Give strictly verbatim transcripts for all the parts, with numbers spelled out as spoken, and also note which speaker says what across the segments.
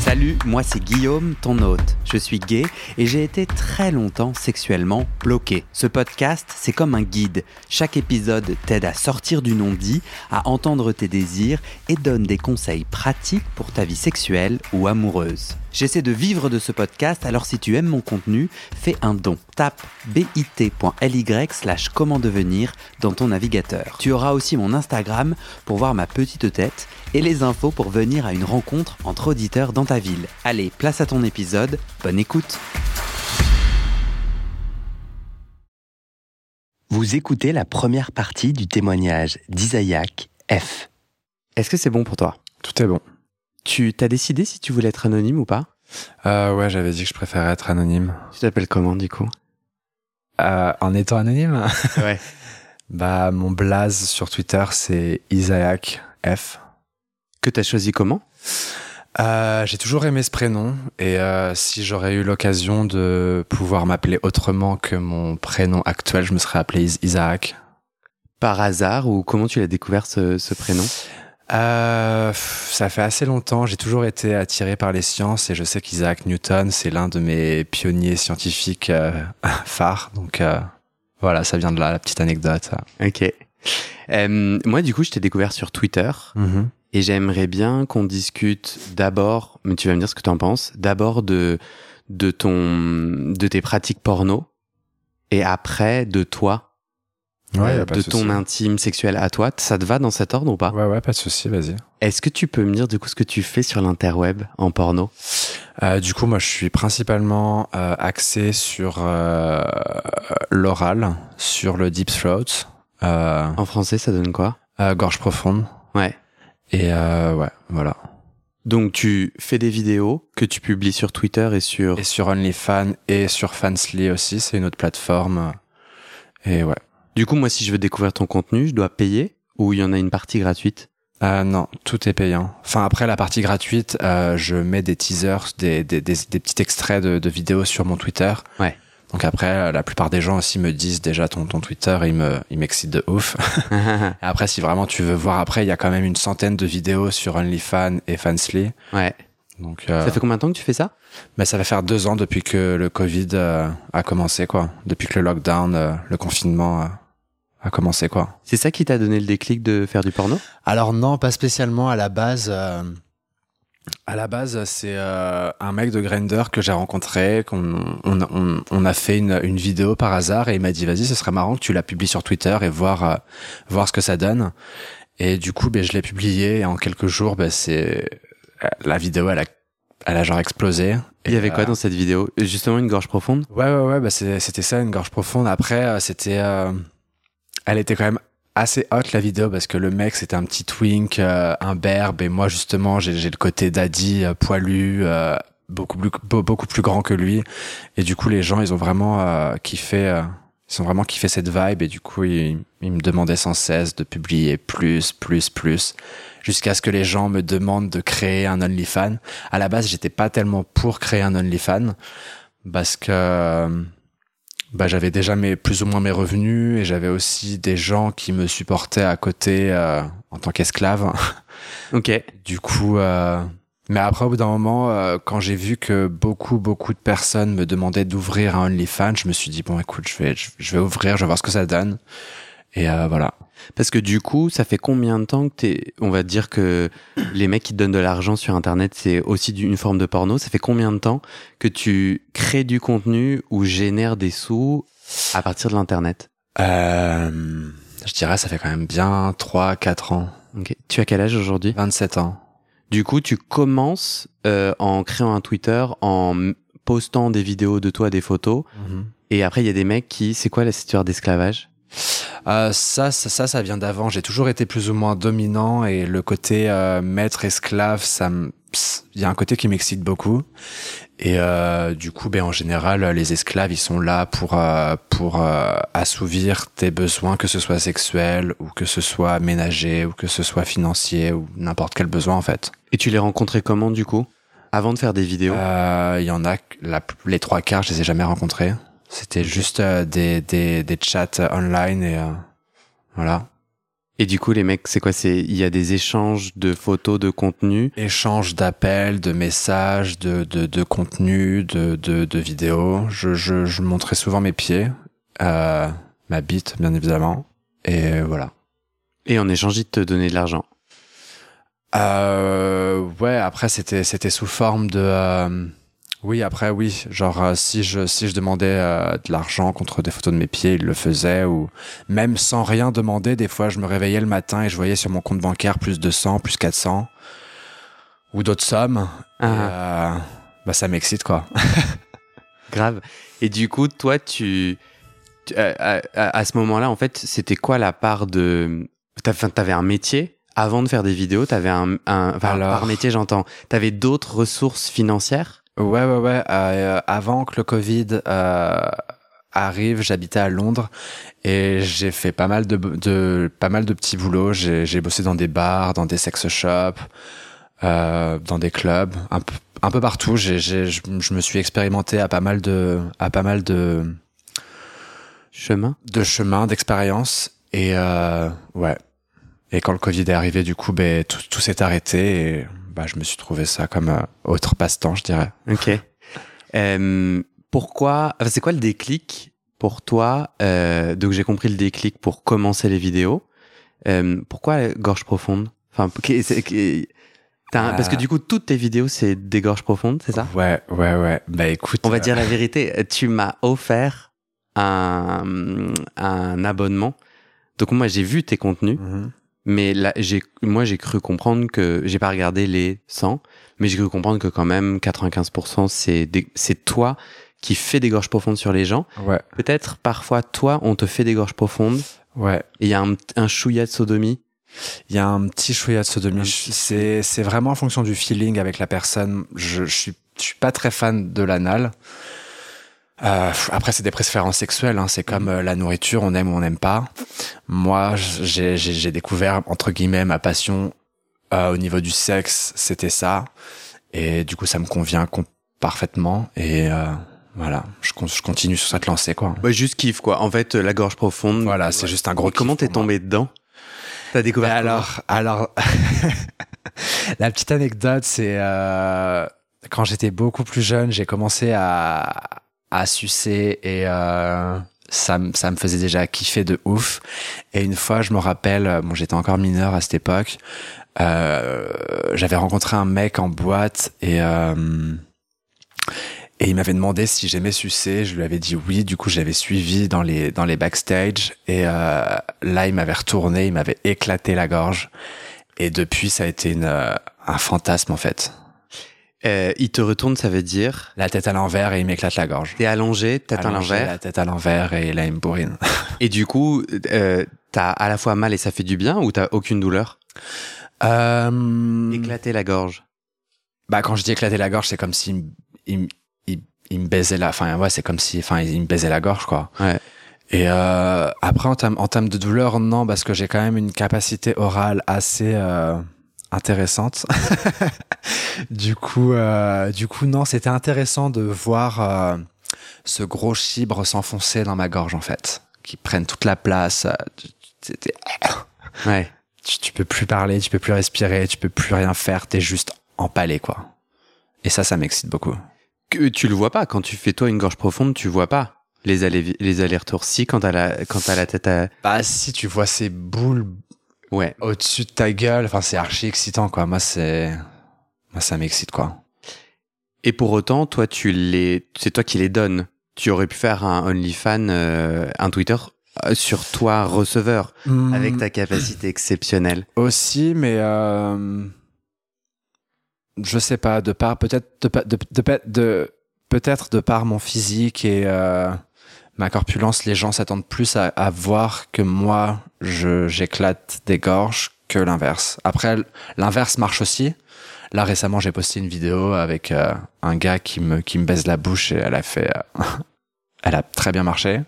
Speaker 1: Salut, moi c'est Guillaume, ton hôte. Je suis gay et j'ai été très longtemps sexuellement bloqué. Ce podcast, c'est comme un guide. Chaque épisode t'aide à sortir du non-dit, à entendre tes désirs et donne des conseils pratiques pour ta vie sexuelle ou amoureuse. J'essaie de vivre de ce podcast, alors si tu aimes mon contenu, fais un don. Tape bit.ly slash comment devenir dans ton navigateur. Tu auras aussi mon Instagram pour voir ma petite tête et les infos pour venir à une rencontre entre auditeurs dans ta ville. Allez, place à ton épisode, bonne écoute. Vous écoutez la première partie du témoignage d'Isaac F. Est-ce que c'est bon pour toi ?
Speaker 2: Tout est bon.
Speaker 1: Tu t'as décidé si tu voulais être anonyme ou pas ?
Speaker 2: Euh, ouais, j'avais dit que je préférais être anonyme.
Speaker 1: Tu t'appelles comment du coup ?
Speaker 2: Euh, en étant anonyme ?
Speaker 1: Ouais.
Speaker 2: Bah, mon blaze sur Twitter, c'est Isaac F.
Speaker 1: Que t'as choisi comment ?
Speaker 2: Euh, j'ai toujours aimé ce prénom et euh, si j'aurais eu l'occasion de pouvoir m'appeler autrement que mon prénom actuel, je me serais appelé Is- Isaac.
Speaker 1: Par hasard ou comment tu l'as découvert ce, ce prénom ?
Speaker 2: Euh, ça fait assez longtemps, j'ai toujours été attiré par les sciences et je sais qu'Isaac Newton, c'est l'un de mes pionniers scientifiques euh, phares. Donc euh, voilà, ça vient de là, la petite anecdote.
Speaker 1: Ok. Euh, moi, du coup, je t'ai découvert sur Twitter
Speaker 2: Mm-hmm.
Speaker 1: et j'aimerais bien qu'on discute d'abord, mais tu vas me dire ce que t'en penses, d'abord de, de, ton, de tes pratiques porno et après de toi.
Speaker 2: Ouais,
Speaker 1: Euh,
Speaker 2: y a pas
Speaker 1: de
Speaker 2: de
Speaker 1: ton
Speaker 2: souci.
Speaker 1: intime sexuel à toi. Ça te va dans cet ordre ou pas ?
Speaker 2: Ouais, ouais, pas de souci, vas-y.
Speaker 1: Est-ce que tu peux me dire du coup ce que tu fais sur l'interweb en porno ?
Speaker 2: Euh, du coup, moi, je suis principalement euh, axé sur euh, l'oral, sur le deep throat, euh,
Speaker 1: En français, ça donne quoi ?
Speaker 2: euh, gorge profonde,
Speaker 1: Ouais.
Speaker 2: et euh, ouais, voilà.
Speaker 1: Donc tu fais des vidéos que tu publies sur Twitter et sur...
Speaker 2: Et sur OnlyFans et sur Fansly aussi, c'est une autre plateforme. Et ouais.
Speaker 1: Du coup, moi, si je veux découvrir ton contenu, je dois payer ou il y en a une partie gratuite ?
Speaker 2: Euh, non, tout est payant. Enfin, après la partie gratuite, euh, je mets des teasers, des, des, des, des petits extraits de, de vidéos sur mon Twitter.
Speaker 1: Ouais.
Speaker 2: Donc après, la plupart des gens aussi me disent déjà ton, ton Twitter, il me, il m'excite de ouf. Et après, si vraiment tu veux voir, après, il y a quand même une centaine de vidéos sur OnlyFans et Fansly.
Speaker 1: Ouais.
Speaker 2: Donc, euh,
Speaker 1: Ça fait combien de temps que tu fais ça ?
Speaker 2: mais ça va faire deux ans depuis que le Covid euh, a commencé, quoi. Depuis que le lockdown, euh, le confinement euh, a commencé, quoi.
Speaker 1: C'est ça qui t'a donné le déclic de faire du porno ?
Speaker 2: Alors non, pas spécialement à la base. Euh, à la base, c'est euh, un mec de Grindr que j'ai rencontré, qu'on on, on, on a fait une, une vidéo par hasard et il m'a dit vas-y, ce serait marrant que tu la publies sur Twitter et voir euh, voir ce que ça donne. Et du coup, ben je l'ai publié et en quelques jours, ben c'est la vidéo, elle a elle a genre explosé.
Speaker 1: Il y
Speaker 2: Et,
Speaker 1: avait quoi
Speaker 2: euh,
Speaker 1: dans cette vidéo ? Justement une gorge profonde ?
Speaker 2: Ouais, ouais, ouais, bah c'est, c'était ça, une gorge profonde. Après, euh, c'était, euh, elle était quand même assez hot la vidéo parce que le mec c'était un petit twink, euh, un berbe et moi justement j'ai, j'ai le côté daddy euh, poilu, euh, beaucoup plus be- beaucoup plus grand que lui et du coup les gens ils ont vraiment euh, kiffé, euh, ils ont vraiment kiffé cette vibe et du coup ils, ils me demandaient sans cesse de publier plus, plus, plus. Jusqu'à ce que les gens me demandent de créer un OnlyFans. À la base, j'étais pas tellement pour créer un OnlyFans parce que bah, j'avais déjà mes, plus ou moins mes revenus et j'avais aussi des gens qui me supportaient à côté euh, en tant qu'esclave.
Speaker 1: Ok.
Speaker 2: Du coup, euh, mais après, au bout d'un moment, euh, quand j'ai vu que beaucoup, beaucoup de personnes me demandaient d'ouvrir un OnlyFans, je me suis dit, bon, écoute, je vais, je, je vais ouvrir, je vais voir ce que ça donne. Et euh, voilà.
Speaker 1: Parce que du coup, ça fait combien de temps que t'es... On va dire que les mecs qui te donnent de l'argent sur Internet, c'est aussi une forme de porno. Ça fait combien de temps que tu crées du contenu ou génères des sous à partir de l'Internet ?
Speaker 2: Euh, je dirais, ça fait quand même bien trois quatre ans.
Speaker 1: Ok. Tu as quel âge aujourd'hui ?
Speaker 2: vingt-sept ans.
Speaker 1: Du coup, tu commences euh, en créant un Twitter, en m- postant des vidéos de toi, des photos.
Speaker 2: Mm-hmm.
Speaker 1: Et après, il y a des mecs qui... C'est quoi la histoire d'esclavage ?
Speaker 2: Euh, ça, ça, ça, ça vient d'avant. J'ai toujours été plus ou moins dominant et le côté euh, maître esclave, ça, il y a un côté qui m'excite beaucoup. Et euh, du coup, ben en général, les esclaves, ils sont là pour euh, pour euh, assouvir tes besoins, que ce soit sexuel ou que ce soit ménager ou que ce soit financier ou n'importe quel besoin en fait.
Speaker 1: Et tu les rencontrais comment du coup ? Avant de faire des vidéos ?
Speaker 2: Euh, il y en a, la, les trois quarts, je les ai jamais rencontrés. C'était juste euh, des, des, des chats online et euh, voilà.
Speaker 1: Et du coup, les mecs, c'est quoi? C'est, il y a des échanges de photos, de contenu.
Speaker 2: Échange d'appels, de messages, de, de, de contenu, de, de, de vidéos. Je, je, je montrais souvent mes pieds, euh, ma bite, bien évidemment. Et voilà.
Speaker 1: Et en échange, ils te donnaient de l'argent.
Speaker 2: Euh, ouais, après, c'était, c'était sous forme de, euh, oui, après, oui. Genre, euh, si je, si je demandais euh, de l'argent contre des photos de mes pieds, ils le faisaient, ou même sans rien demander, des fois, je me réveillais le matin et je voyais sur mon compte bancaire plus deux cents, plus quatre cents, ou d'autres sommes.
Speaker 1: Ah.
Speaker 2: Et, euh, bah, ça m'excite, quoi.
Speaker 1: Grave. Et du coup, toi, tu, tu à, à, à ce moment-là, en fait, c'était quoi la part de, t'avais un métier avant de faire des vidéos, t'avais un, un enfin,
Speaker 2: Alors...
Speaker 1: par métier, j'entends, t'avais d'autres ressources financières?
Speaker 2: Ouais, ouais, ouais. Euh, avant que le Covid euh, arrive, j'habitais à Londres et j'ai fait pas mal de, de pas mal de petits boulots. J'ai, j'ai bossé dans des bars, dans des sex shops, euh, dans des clubs, un peu, un peu partout. J'ai, j'ai, je, je me suis expérimenté à pas mal de, à pas mal de
Speaker 1: chemins,
Speaker 2: de chemins, d'expériences. Et euh, ouais. Et quand le Covid est arrivé, du coup, ben tout, tout s'est arrêté et bah, je me suis trouvé ça comme euh, autre passe-temps, je dirais.
Speaker 1: Ok. euh, pourquoi, enfin, c'est quoi le déclic pour toi? euh, Donc j'ai compris le déclic pour commencer les vidéos. Euh, pourquoi gorge profonde? Enfin, c'est, c'est, t'as un, euh... parce que du coup toutes tes vidéos c'est des gorges profondes, c'est ça?
Speaker 2: Ouais, ouais, ouais. Bah écoute,
Speaker 1: on va
Speaker 2: euh...
Speaker 1: dire la vérité. Tu m'as offert un un abonnement. Donc moi j'ai vu tes contenus. Mm-hmm. Mais là, j'ai, moi, j'ai cru comprendre que, j'ai pas regardé les cent, mais j'ai cru comprendre que quand même, quatre-vingt-quinze pour cent, c'est des, c'est toi qui fais des gorges profondes sur les gens.
Speaker 2: Ouais.
Speaker 1: Peut-être, parfois, toi, on te fait des gorges profondes.
Speaker 2: Ouais.
Speaker 1: Et il y a un, un chouïa de sodomie.
Speaker 2: Il y a un petit chouïa de sodomie. Petit... C'est, c'est vraiment en fonction du feeling avec la personne. Je, je suis, je suis pas très fan de l'anal. Euh, après, c'est des préférences sexuelles, hein. C'est comme euh, la nourriture, on aime ou on n'aime pas. Moi, j'ai, j'ai, j'ai découvert, entre guillemets, ma passion euh, au niveau du sexe, c'était ça. Et du coup, ça me convient com- parfaitement. Et euh, voilà, je, je continue sur cette lancée, quoi.
Speaker 1: Bah, juste kiff, quoi. En fait, la gorge profonde.
Speaker 2: Voilà, c'est ouais. juste un gros kiff.
Speaker 1: Comment t'es tombé dedans? T'as découvert
Speaker 2: alors, alors, la petite anecdote, c'est euh, quand j'étais beaucoup plus jeune, j'ai commencé à à sucer et euh, ça, ça me faisait déjà kiffer de ouf. Et une fois, je me rappelle, bon, j'étais encore mineur à cette époque, euh, j'avais rencontré un mec en boîte et euh, et il m'avait demandé si j'aimais sucer. Je lui avais dit oui. Du coup, j'avais suivi dans les dans les backstage et euh, là, il m'avait retourné, il m'avait éclaté la gorge. Et depuis, ça a été une euh, un fantasme en fait.
Speaker 1: Euh, il te retourne, ça veut dire
Speaker 2: la tête à l'envers et il m'éclate la gorge.
Speaker 1: T'es allongé, tête
Speaker 2: allongé,
Speaker 1: à l'envers.
Speaker 2: La tête à l'envers et là il me bourrine.
Speaker 1: Et du coup, euh, t'as à la fois mal et ça fait du bien ou t'as aucune douleur?
Speaker 2: euh...
Speaker 1: Éclater la gorge.
Speaker 2: Bah quand je dis éclater la gorge, c'est comme si il, il, il me baisait la, enfin ouais, c'est comme si, enfin il me baisait la gorge quoi.
Speaker 1: Ouais.
Speaker 2: Et euh, après en termes en termes de douleur, non, parce que j'ai quand même une capacité orale assez euh, intéressante. du coup, euh, du coup, non, c'était intéressant de voir euh, ce gros chibre s'enfoncer dans ma gorge en fait, qui prennent toute la place. C'était,
Speaker 1: ouais.
Speaker 2: Tu, tu peux plus parler, tu peux plus respirer, tu peux plus rien faire, t'es juste empalé quoi. Et ça, ça m'excite beaucoup.
Speaker 1: Que tu le vois pas quand tu fais toi une gorge profonde, tu vois pas les allers les allers-retours. Si quand t'as la quand t'as la tête à.
Speaker 2: Bah si, tu vois ces boules.
Speaker 1: Ouais.
Speaker 2: Au-dessus de ta gueule, enfin c'est archi excitant quoi. Moi c'est, moi ça m'excite quoi.
Speaker 1: Et pour autant, toi tu les, c'est toi qui les donnes. Tu aurais pu faire un OnlyFans, euh, un Twitter euh, sur toi receveur, mmh. avec ta capacité exceptionnelle.
Speaker 2: Aussi, mais euh, je sais pas, de par peut-être de de de, de, de peut-être de par mon physique et euh, ma corpulence, les gens s'attendent plus à, à voir que moi, je, j'éclate des gorges que l'inverse. Après, l'inverse marche aussi. Là, récemment, j'ai posté une vidéo avec euh, un gars qui me, qui me baise la bouche et elle a fait, euh, elle a très bien marché.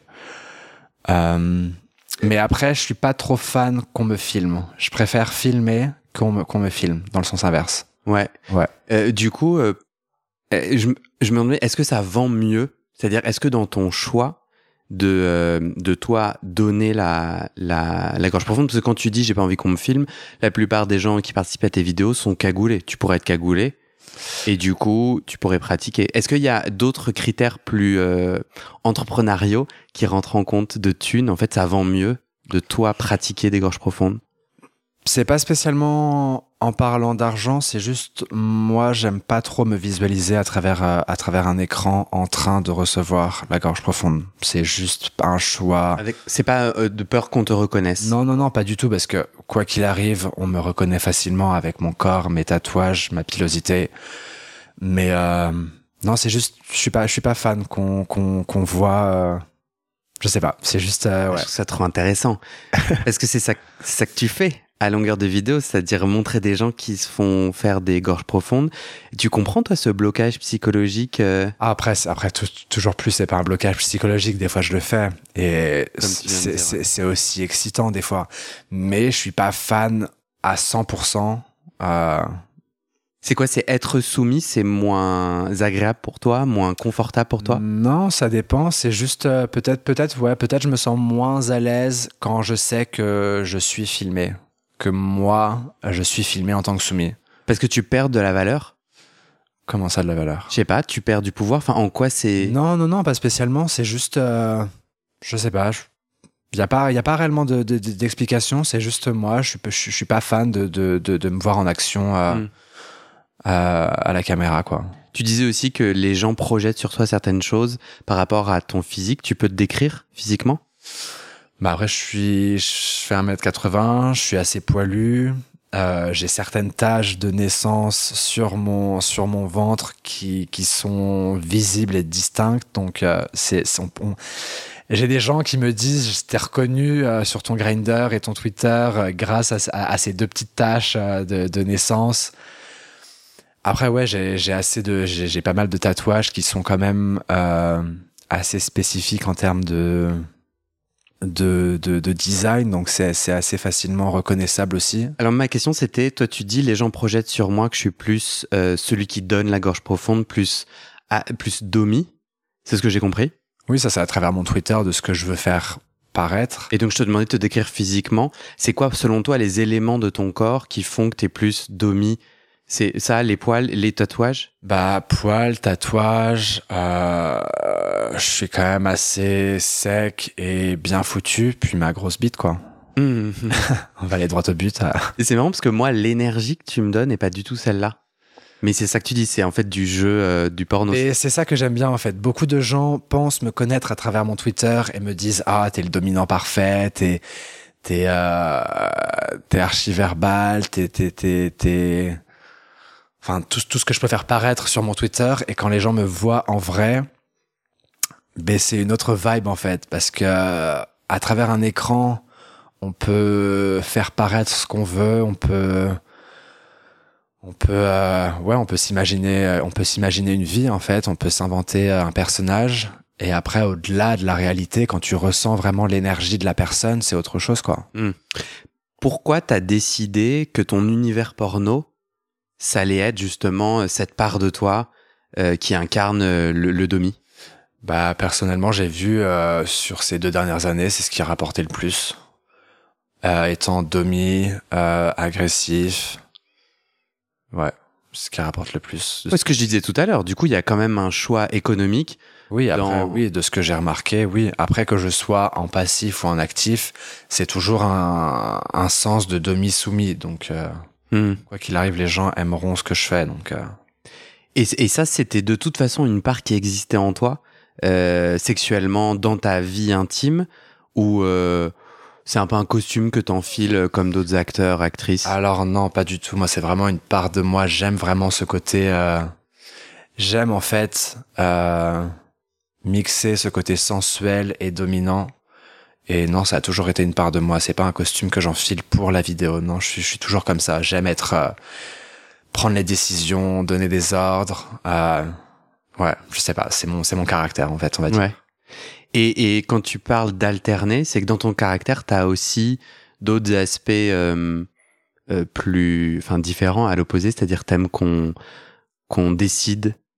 Speaker 2: Euh, mais après, je suis pas trop fan qu'on me filme. Je préfère filmer qu'on me, qu'on me filme, dans le sens inverse.
Speaker 1: Ouais.
Speaker 2: Ouais.
Speaker 1: Euh, du coup, euh, je, je me demandais, est-ce que ça vend mieux? C'est-à-dire, est-ce que dans ton choix de, euh, de toi donner la, la, la gorge profonde? Parce que quand tu dis j'ai pas envie qu'on me filme, la plupart des gens qui participent à tes vidéos sont cagoulés. Tu pourrais être cagoulé et du coup, tu pourrais pratiquer. Est-ce qu'il y a d'autres critères plus euh, entrepreneuriaux qui rentrent en compte de thunes? En fait, ça vend mieux de toi pratiquer des gorges profondes?
Speaker 2: C'est pas spécialement en parlant d'argent, c'est juste moi j'aime pas trop me visualiser à travers euh, à travers un écran en train de recevoir la gorge profonde. C'est juste un choix.
Speaker 1: Avec... C'est pas euh, de peur qu'on te reconnaisse?
Speaker 2: Non non non, pas du tout, parce que quoi qu'il arrive, on me reconnaît facilement avec mon corps, mes tatouages, ma pilosité. Mais euh, non, c'est juste je suis pas je suis pas fan qu'on qu'on qu'on voit euh, je sais pas, c'est juste euh, ouais.
Speaker 1: Je trouve ça trop intéressant. Parce que c'est ça c'est ça que tu fais à longueur de vidéo, c'est-à-dire montrer des gens qui se font faire des gorges profondes. Tu comprends, toi, ce blocage psychologique euh...
Speaker 2: ah, Après, après tout, toujours plus, c'est pas un blocage psychologique. Des fois, je le fais. Et c'est, c'est, ouais. c'est aussi excitant, des fois. Mais je suis pas fan à cent pour cent. Euh...
Speaker 1: C'est quoi? C'est être soumis, c'est moins agréable pour toi, moins confortable pour toi?
Speaker 2: Non, ça dépend. C'est juste, euh, peut-être, peut-être, ouais, peut-être je me sens moins à l'aise quand je sais que je suis filmé. Que moi, je suis filmé en tant que soumis.
Speaker 1: Parce que tu perds de la valeur?
Speaker 2: Comment ça, de la valeur?
Speaker 1: Je sais pas, tu perds du pouvoir? Enfin, en quoi c'est...
Speaker 2: Non, non, non, pas spécialement. C'est juste... Euh, je sais pas. Il n'y a pas, y a pas réellement de, de, d'explication. C'est juste moi. Je ne suis, je suis pas fan de, de, de, de me voir en action euh, mm. euh, à la caméra, quoi.
Speaker 1: Tu disais aussi que les gens projettent sur toi certaines choses par rapport à ton physique. Tu peux te décrire physiquement?
Speaker 2: Bah après, je suis, je fais un mètre quatre-vingts, je suis assez poilu, euh, j'ai certaines taches de naissance sur mon, sur mon ventre qui, qui sont visibles et distinctes. Donc, euh, c'est, c'est on, on... j'ai des gens qui me disent, je t'ai reconnu euh, sur ton Grindr et ton Twitter euh, grâce à, à, à ces deux petites taches euh, de, de naissance. Après, ouais, j'ai, j'ai assez de, j'ai, j'ai pas mal de tatouages qui sont quand même euh, assez spécifiques en termes de De, de, de design, donc c'est, c'est assez facilement reconnaissable aussi.
Speaker 1: Alors ma question c'était, toi tu dis les gens projettent sur moi que je suis plus euh, celui qui donne la gorge profonde, plus, à, plus Domi, c'est ce que j'ai compris?
Speaker 2: Oui, ça c'est à travers mon Twitter de ce que je veux faire paraître.
Speaker 1: Et donc je te demandais de te décrire physiquement, c'est quoi selon toi les éléments de ton corps qui font que t'es plus Domi? C'est ça, les poils, les tatouages?
Speaker 2: Bah, poils, tatouages, euh, je suis quand même assez sec et bien foutu, puis ma grosse bite, quoi. Mmh. On va aller droit au but.
Speaker 1: Et c'est marrant parce que moi, l'énergie que tu me donnes n'est pas du tout celle-là. Mais c'est ça que tu dis, c'est en fait du jeu, euh, du porno.
Speaker 2: Et c'est ça que j'aime bien, en fait. Beaucoup de gens pensent me connaître à travers mon Twitter et me disent « Ah, t'es le dominant parfait, t'es, t'es, euh, t'es archi-verbal, t'es, t'es, t'es, t'es... » Enfin, tout, tout ce que je peux faire paraître sur mon Twitter, et quand les gens me voient en vrai, ben c'est une autre vibe en fait, parce que à travers un écran, on peut faire paraître ce qu'on veut, on peut, on peut, euh, ouais, on peut s'imaginer, on peut s'imaginer une vie en fait, on peut s'inventer un personnage, et après au-delà de la réalité, quand tu ressens vraiment l'énergie de la personne, c'est autre chose quoi.
Speaker 1: Mmh. Pourquoi t'as décidé que ton univers porno ça allait être justement cette part de toi euh, qui incarne euh, le, le Domi?
Speaker 2: Bah personnellement, j'ai vu euh, sur ces deux dernières années, c'est ce qui a rapporté le plus. Euh, étant Domi, euh, agressif, ouais, c'est ce qui rapporte le plus.
Speaker 1: C'est ce que je disais tout à l'heure. Du coup, il y a quand même un choix économique.
Speaker 2: Oui, après,
Speaker 1: dans...
Speaker 2: oui, de ce que j'ai remarqué, oui. Après que je sois en passif ou en actif, c'est toujours un, un sens de Domi-soumis, donc. Euh... Mmh. Quoi qu'il arrive, les gens aimeront ce que je fais. Donc, euh...
Speaker 1: et, et ça, c'était de toute façon une part qui existait en toi, euh, sexuellement, dans ta vie intime, ou euh, c'est un peu un costume que t'enfiles comme d'autres acteurs, actrices?
Speaker 2: Alors non, pas du tout. Moi, c'est vraiment une part de moi. J'aime vraiment ce côté... Euh... J'aime en fait euh, mixer ce côté sensuel et dominant. Et non, ça a toujours été une part de moi. C'est pas un costume que j'enfile pour la vidéo. Non, je suis, je suis toujours comme ça. J'aime être, euh, prendre les décisions, donner des ordres. Euh, ouais, je sais pas. C'est mon, c'est mon caractère en fait, on va dire.
Speaker 1: Ouais. Et, et quand tu parles d'alterner, c'est que dans ton caractère, t'as aussi d'autres aspects euh, euh, plus, enfin différents à l'opposé. C'est-à-dire t'aimes qu'on qu'on décide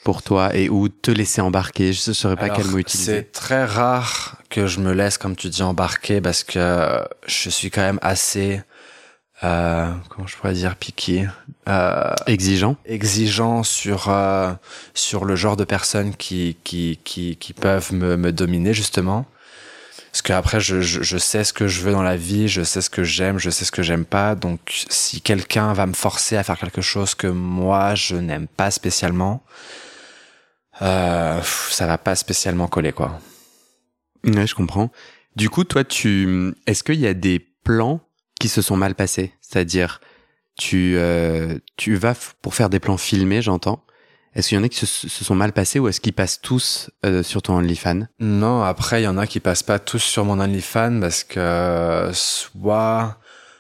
Speaker 1: pour toi et ou te laisser embarquer? Je ne saurais pas
Speaker 2: Alors,
Speaker 1: quel mot utiliser.
Speaker 2: C'est très rare que je me laisse, comme tu dis, embarquer parce que je suis quand même assez, euh, comment je pourrais dire, picky, euh,
Speaker 1: exigeant,
Speaker 2: exigeant sur euh, sur le genre de personnes qui qui qui qui peuvent me me dominer justement. Parce qu'après, je, je, je sais ce que je veux dans la vie, je sais ce que j'aime, je sais ce que j'aime pas. Donc, si quelqu'un va me forcer à faire quelque chose que moi, je n'aime pas spécialement, euh, ça va pas spécialement coller, quoi.
Speaker 1: Ouais, je comprends. Du coup, toi, tu, est-ce qu'il y a des plans qui se sont mal passés? C'est-à-dire, tu, euh, tu vas f- pour faire des plans filmés, j'entends. Est-ce qu'il y en a qui se, se sont mal passés ou est-ce qu'ils passent tous euh, sur ton OnlyFans?
Speaker 2: Non, après, il y en a qui passent pas tous sur mon OnlyFans parce que soit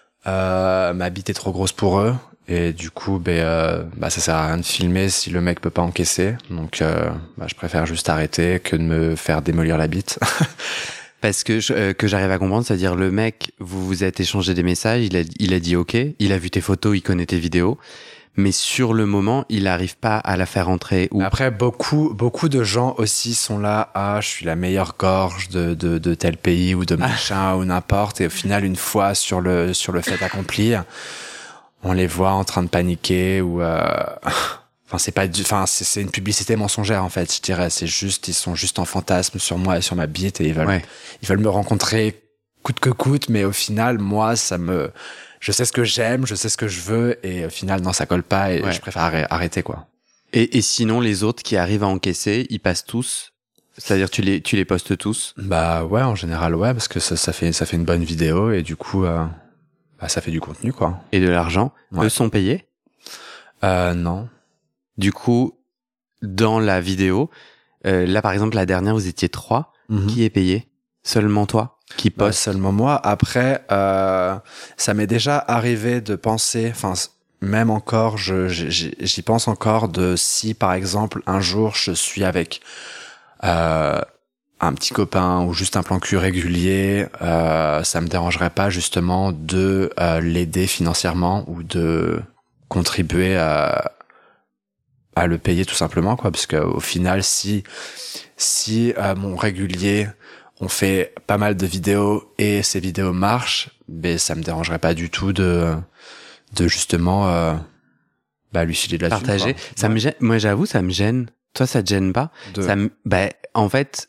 Speaker 2: euh, ma bite est trop grosse pour eux et du coup, ben, euh, bah, ça sert à rien de filmer si le mec peut pas encaisser. Donc, euh, bah, je préfère juste arrêter que de me faire démolir la bite.
Speaker 1: Parce que je- euh, que j'arrive à comprendre, c'est-à-dire le mec, vous vous êtes échangé des messages, il a, il a dit OK, il a vu tes photos, il connaît tes vidéos. Mais sur le moment, il n'arrive pas à la faire entrer. Ou...
Speaker 2: Après, beaucoup, beaucoup de gens aussi sont là, ah, je suis la meilleure gorge de, de, de tel pays ou de machin ou n'importe. Et au final, une fois sur le, sur le fait accompli, on les voit en train de paniquer ou, euh... enfin, c'est pas du, enfin, c'est, c'est une publicité mensongère, en fait, je dirais. C'est juste, ils sont juste en fantasme sur moi et sur ma bite et ils veulent,
Speaker 1: ouais.
Speaker 2: ils veulent me rencontrer coûte que coûte. Mais au final, moi, ça me, je sais ce que j'aime, je sais ce que je veux, et au final, non, ça colle pas, et
Speaker 1: ouais.
Speaker 2: je préfère arrê- arrêter, quoi.
Speaker 1: Et, et sinon, les autres qui arrivent à encaisser, ils passent tous? C'est-à-dire, tu les, tu les postes tous?
Speaker 2: Bah ouais, en général, ouais, parce que ça, ça fait, ça fait une bonne vidéo, et du coup, euh, bah, ça fait du contenu, quoi.
Speaker 1: Et de l'argent?
Speaker 2: Ouais.
Speaker 1: Eux sont payés?
Speaker 2: Euh, non.
Speaker 1: Du coup, dans la vidéo, euh, là, par exemple, la dernière, vous étiez trois.
Speaker 2: Mm-hmm.
Speaker 1: Qui est payé? Seulement toi? Qui poste?
Speaker 2: Bah, seulement moi. Après, euh, ça m'est déjà arrivé de penser, enfin, même encore, je, j'y, j'y pense encore de si, par exemple, un jour, je suis avec euh, un petit copain ou juste un plan cul régulier, euh, ça me dérangerait pas justement de euh, l'aider financièrement ou de contribuer à, à le payer tout simplement, quoi, parce que au final, si si euh, mon régulier on fait pas mal de vidéos et ces vidéos marchent, ben ça me dérangerait pas du tout de de justement euh, bah lui filer de la thune,
Speaker 1: partager.
Speaker 2: quoi.
Speaker 1: Ça
Speaker 2: Ouais.
Speaker 1: me gêne. Moi, j'avoue, ça me gêne. Toi, ça te gêne pas?
Speaker 2: De...
Speaker 1: Ça me, bah, en fait,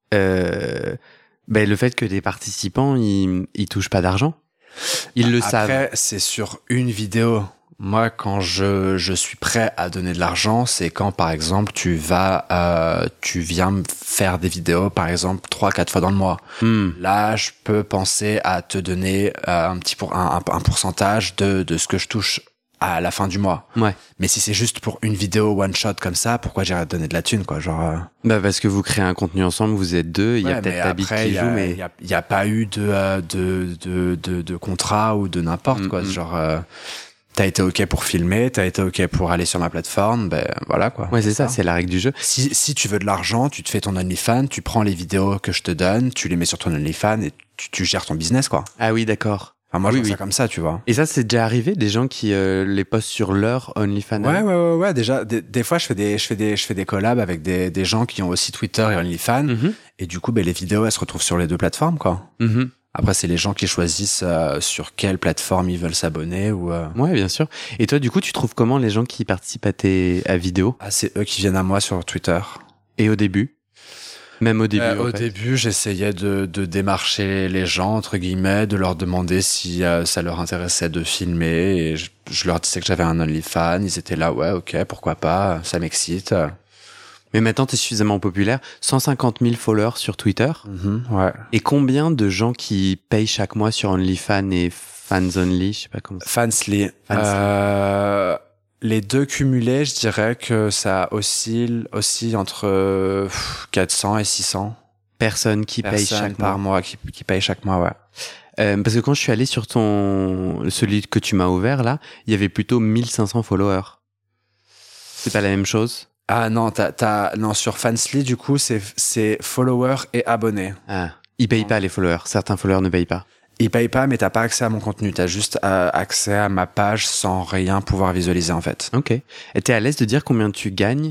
Speaker 1: euh, bah, le fait que les participants, ils, ils touchent pas d'argent. Ils le
Speaker 2: Après,
Speaker 1: savent.
Speaker 2: Après, c'est sur une vidéo. Moi, quand je, je suis prêt à donner de l'argent, c'est quand, par exemple, tu vas, euh, tu viens me faire des vidéos, par exemple, trois, quatre fois dans le mois.
Speaker 1: Hmm.
Speaker 2: Là, je peux penser à te donner euh, un petit pour, un, un, un pourcentage de, de ce que je touche à la fin du mois.
Speaker 1: Ouais.
Speaker 2: Mais si c'est juste pour une vidéo one shot comme ça, pourquoi j'irais te donner de la thune, quoi, genre. Euh...
Speaker 1: Bah, parce que vous créez un contenu ensemble, vous êtes deux, il y a
Speaker 2: Ouais,
Speaker 1: peut-être
Speaker 2: mais
Speaker 1: ta bite
Speaker 2: après,
Speaker 1: qui
Speaker 2: y a-
Speaker 1: joue, mais.
Speaker 2: y a, y a pas eu de euh, de de de, de contrat ou de n'importe
Speaker 1: Mm,
Speaker 2: quoi.
Speaker 1: mm.
Speaker 2: Genre, euh, t'as été ok pour filmer, t'as été ok pour aller sur ma plateforme, ben voilà quoi.
Speaker 1: Ouais, c'est ça, c'est la règle du jeu.
Speaker 2: Si si tu veux de l'argent, tu te fais ton OnlyFans, tu prends les vidéos que je te donne, tu les mets sur ton OnlyFans et tu, tu gères ton business, quoi.
Speaker 1: Ah oui, d'accord.
Speaker 2: Enfin, moi, je
Speaker 1: Oui,
Speaker 2: vois
Speaker 1: oui.
Speaker 2: ça comme ça, tu vois.
Speaker 1: Et ça, c'est déjà arrivé, des gens qui euh, les postent sur leur OnlyFans?
Speaker 2: Ouais, ouais, ouais, ouais. Déjà, des, des fois, je fais des, je fais des, je fais des collabs avec des, des gens qui ont aussi Twitter et OnlyFans.
Speaker 1: Mhm.
Speaker 2: Et du coup, ben, les vidéos, elles se retrouvent sur les deux plateformes, quoi.
Speaker 1: Mhm.
Speaker 2: Après, c'est les gens qui choisissent euh, sur quelle plateforme ils veulent s'abonner ou. Euh...
Speaker 1: Ouais, bien sûr. Et toi, du coup, tu trouves comment les gens qui participent à tes à vidéos?
Speaker 2: Ah, c'est eux qui viennent à moi sur Twitter.
Speaker 1: Et au début? Même au début.
Speaker 2: Euh,
Speaker 1: en
Speaker 2: au
Speaker 1: fait.
Speaker 2: début, j'essayais de, de démarcher les gens, entre guillemets, de leur demander si euh, ça leur intéressait de filmer. Et je, je leur disais que j'avais un OnlyFans. Ils étaient là, ouais, ok, pourquoi pas, ça m'excite.
Speaker 1: Mais maintenant, tu es suffisamment populaire. cent cinquante mille followers sur Twitter.
Speaker 2: Mm-hmm, ouais.
Speaker 1: Et combien de gens qui payent chaque mois sur OnlyFans et Fans Only? Je sais pas comment ça.
Speaker 2: Fansly.
Speaker 1: Fansly.
Speaker 2: Euh, les deux cumulés, je dirais que ça oscille aussi entre euh, quatre cents et six cents
Speaker 1: Personnes qui payent
Speaker 2: personnes
Speaker 1: chaque
Speaker 2: par
Speaker 1: mois.
Speaker 2: mois, qui, qui payent chaque mois, ouais.
Speaker 1: Euh, parce que quand je suis allé sur ton, celui que tu m'as ouvert là, il y avait plutôt mille cinq cents followers. C'est pas la même chose?
Speaker 2: Ah non, t'as, t'as, non, sur Fansly, du coup, c'est, c'est followers et abonnés.
Speaker 1: Ah. Ils payent pas les followers. Certains followers ne payent pas.
Speaker 2: Ils payent pas, mais t'as pas accès à mon contenu. T'as juste euh, accès à ma page sans rien pouvoir visualiser, en fait.
Speaker 1: Ok. Et t'es à l'aise de dire combien tu gagnes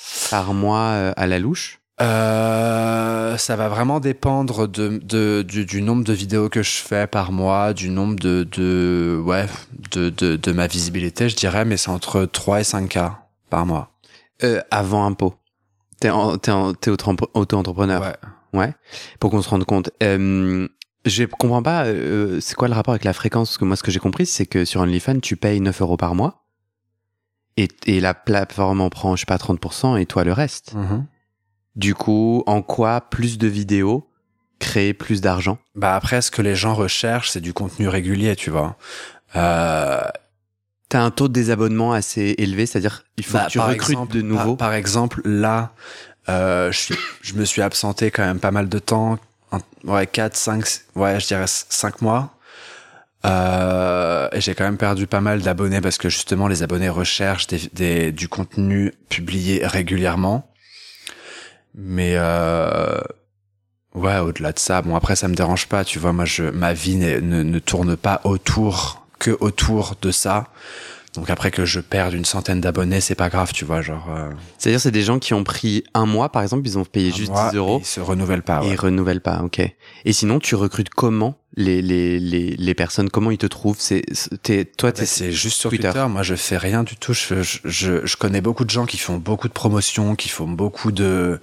Speaker 1: par mois euh, à la louche?
Speaker 2: Euh, ça va vraiment dépendre de, de, du, du nombre de vidéos que je fais par mois, du nombre de, de, ouais, de, de, de ma visibilité, je dirais, mais c'est entre trois et cinq K par mois.
Speaker 1: Euh, avant impôt. T'es, en, t'es, en, t'es auto- auto-entrepreneur.
Speaker 2: Ouais.
Speaker 1: Ouais. Pour qu'on se rende compte. Euh, je comprends pas, euh, c'est quoi le rapport avec la fréquence? Parce que moi, ce que j'ai compris, c'est que sur OnlyFans, tu payes neuf euros par mois. Et, et la plateforme en prend, je sais pas, trente pour cent et toi le reste.
Speaker 2: Mm-hmm.
Speaker 1: Du coup, en quoi plus de vidéos créer plus d'argent?
Speaker 2: Bah après, ce que les gens recherchent, c'est du contenu régulier, tu vois. Euh...
Speaker 1: T'as un taux de désabonnement assez élevé, c'est-à-dire il faut
Speaker 2: bah,
Speaker 1: que tu
Speaker 2: par
Speaker 1: recrutes
Speaker 2: exemple,
Speaker 1: de nouveaux.
Speaker 2: Par, par exemple, là, euh, je, suis, je me suis absenté quand même pas mal de temps. Ouais, quatre, cinq, ouais, je dirais cinq mois. Euh, et j'ai quand même perdu pas mal d'abonnés parce que justement, les abonnés recherchent des, des, du contenu publié régulièrement. Mais euh, ouais, au-delà de ça, bon après ça me dérange pas, tu vois, moi je ma vie ne, ne tourne pas autour que autour de ça. Donc après que je perde une centaine d'abonnés, c'est pas grave, tu vois, genre. Euh,
Speaker 1: C'est-à-dire c'est des gens qui ont pris un mois par exemple, ils ont payé juste
Speaker 2: mois,
Speaker 1: dix euros.
Speaker 2: Et ils se renouvellent pas.
Speaker 1: Et
Speaker 2: Ouais.
Speaker 1: ils renouvellent pas, ok. Et sinon tu recrutes comment les les les les personnes, comment ils te trouvent? C'est t'es toi t'es
Speaker 2: Bah, c'est juste sur
Speaker 1: Twitter.
Speaker 2: Twitter. Moi je fais rien du tout. Je, je je je connais beaucoup de gens qui font beaucoup de promotions, qui font beaucoup de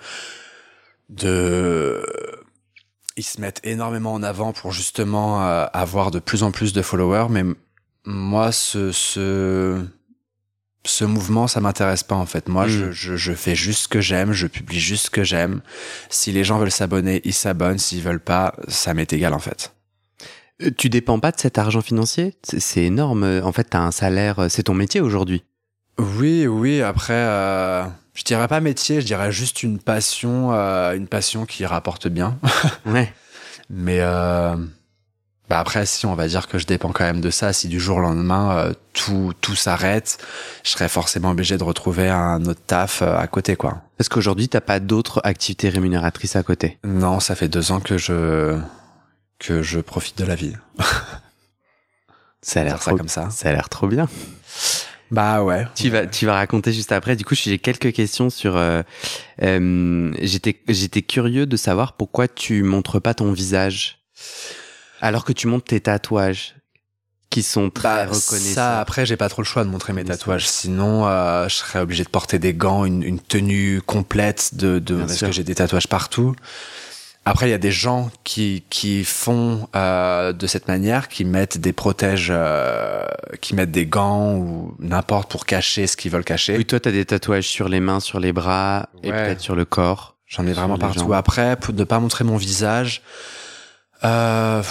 Speaker 2: de ils se mettent énormément en avant pour justement euh, avoir de plus en plus de followers, mais moi ce ce ce mouvement ça m'intéresse pas en fait. Moi
Speaker 1: Mm.
Speaker 2: je, je je fais juste ce que j'aime, je publie juste ce que j'aime. Si les gens veulent s'abonner, ils s'abonnent. S'ils veulent pas, ça m'est égal en fait.
Speaker 1: Euh, Tu dépends pas de cet argent financier? C'est, c'est énorme. En fait, t'as un salaire, c'est ton métier aujourd'hui.
Speaker 2: Oui, oui. Après, euh, je dirais pas métier, je dirais juste une passion, euh, une passion qui rapporte bien.
Speaker 1: Ouais.
Speaker 2: Mais euh, bah après, si on va dire que je dépends quand même de ça, si du jour au lendemain euh, tout tout s'arrête, je serais forcément obligé de retrouver un autre taf euh, à côté, quoi.
Speaker 1: Parce qu'aujourd'hui, t'as pas d'autres activités rémunératrices à côté.
Speaker 2: Non, ça fait deux ans que je que je profite de la vie.
Speaker 1: Ça a l'air
Speaker 2: Dire ça
Speaker 1: trop,
Speaker 2: comme ça.
Speaker 1: Ça a l'air trop bien.
Speaker 2: Bah ouais.
Speaker 1: Tu vas, tu vas raconter juste après. Du coup, j'ai quelques questions sur. Euh, euh, j'étais, j'étais curieux de savoir pourquoi tu montres pas ton visage alors que tu montres tes tatouages qui sont très
Speaker 2: Bah,
Speaker 1: reconnaissables.
Speaker 2: ça, après, j'ai pas trop le choix de montrer mes tatouages. Sinon, euh, je serais obligé de porter des gants, une, une tenue complète de, de
Speaker 1: Bien
Speaker 2: parce
Speaker 1: sûr.
Speaker 2: que j'ai des tatouages partout. Après, il y a des gens qui qui font euh, de cette manière, qui mettent des protèges, euh, qui mettent des gants ou n'importe pour cacher ce qu'ils veulent cacher.
Speaker 1: Oui, toi, t'as des tatouages sur les mains, sur les bras et
Speaker 2: Ouais.
Speaker 1: peut-être sur le corps.
Speaker 2: J'en ai
Speaker 1: Sur
Speaker 2: vraiment
Speaker 1: les
Speaker 2: partout.
Speaker 1: jambes.
Speaker 2: Après, pour ne pas montrer mon visage, euh,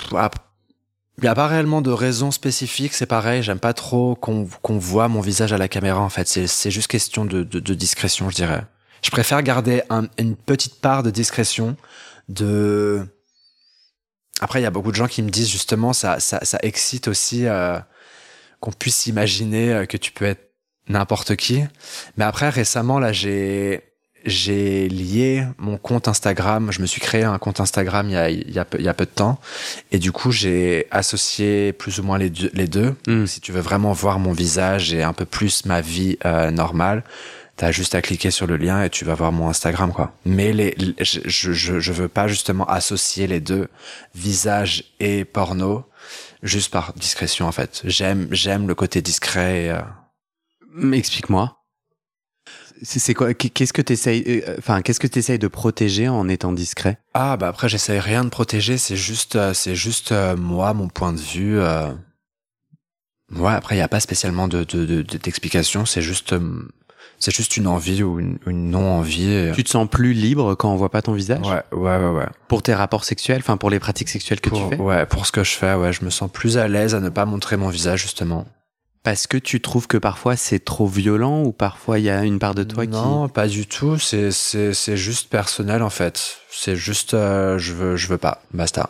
Speaker 2: il n'y a pas réellement de raison spécifique. C'est pareil, j'aime pas trop qu'on qu'on voit mon visage à la caméra. En fait, c'est c'est juste question de, de, de discrétion, je dirais. Je préfère garder un, une petite part de discrétion. De après, il y a beaucoup de gens qui me disent justement ça ça ça excite aussi euh, qu'on puisse imaginer euh, que tu peux être n'importe qui. Mais après, récemment là, j'ai j'ai lié mon compte Instagram. Je me suis créé un compte Instagram il y a, il y a, peu, il y a peu de temps. Et du coup, j'ai associé plus ou moins les deux. Les deux.
Speaker 1: Mm.
Speaker 2: Si tu veux vraiment voir mon visage et un peu plus ma vie euh, normale, t'as juste à cliquer sur le lien et tu vas voir mon Instagram, quoi. Mais les, les je, je, je veux pas justement associer les deux, visage et porno, juste par discrétion, en fait. J'aime, j'aime le côté discret. Et, euh...
Speaker 1: Mais explique-moi. C'est, c'est quoi? Qu'est-ce que t'essayes, enfin, qu'est-ce que t'essayes de protéger en étant discret?
Speaker 2: Ah, bah après, j'essaye rien de protéger, c'est juste, euh, c'est juste euh, moi, mon point de vue. Euh... Ouais, après, il y a pas spécialement de, de, de, d'explication, c'est juste, euh, c'est juste une envie ou une, une non-envie. Et...
Speaker 1: Tu te sens plus libre quand on voit pas ton visage?
Speaker 2: Ouais, ouais, ouais, ouais.
Speaker 1: Pour tes rapports sexuels, enfin, pour les pratiques sexuelles que
Speaker 2: pour,
Speaker 1: tu fais?
Speaker 2: Ouais, pour ce que je fais, ouais, je me sens plus à l'aise à ne pas montrer mon visage, justement.
Speaker 1: Parce que tu trouves que parfois c'est trop violent ou parfois il y a une part de toi
Speaker 2: non,
Speaker 1: qui...
Speaker 2: Non, pas du tout. C'est, c'est, c'est juste personnel, en fait. C'est juste, euh, je veux, je veux pas. Basta.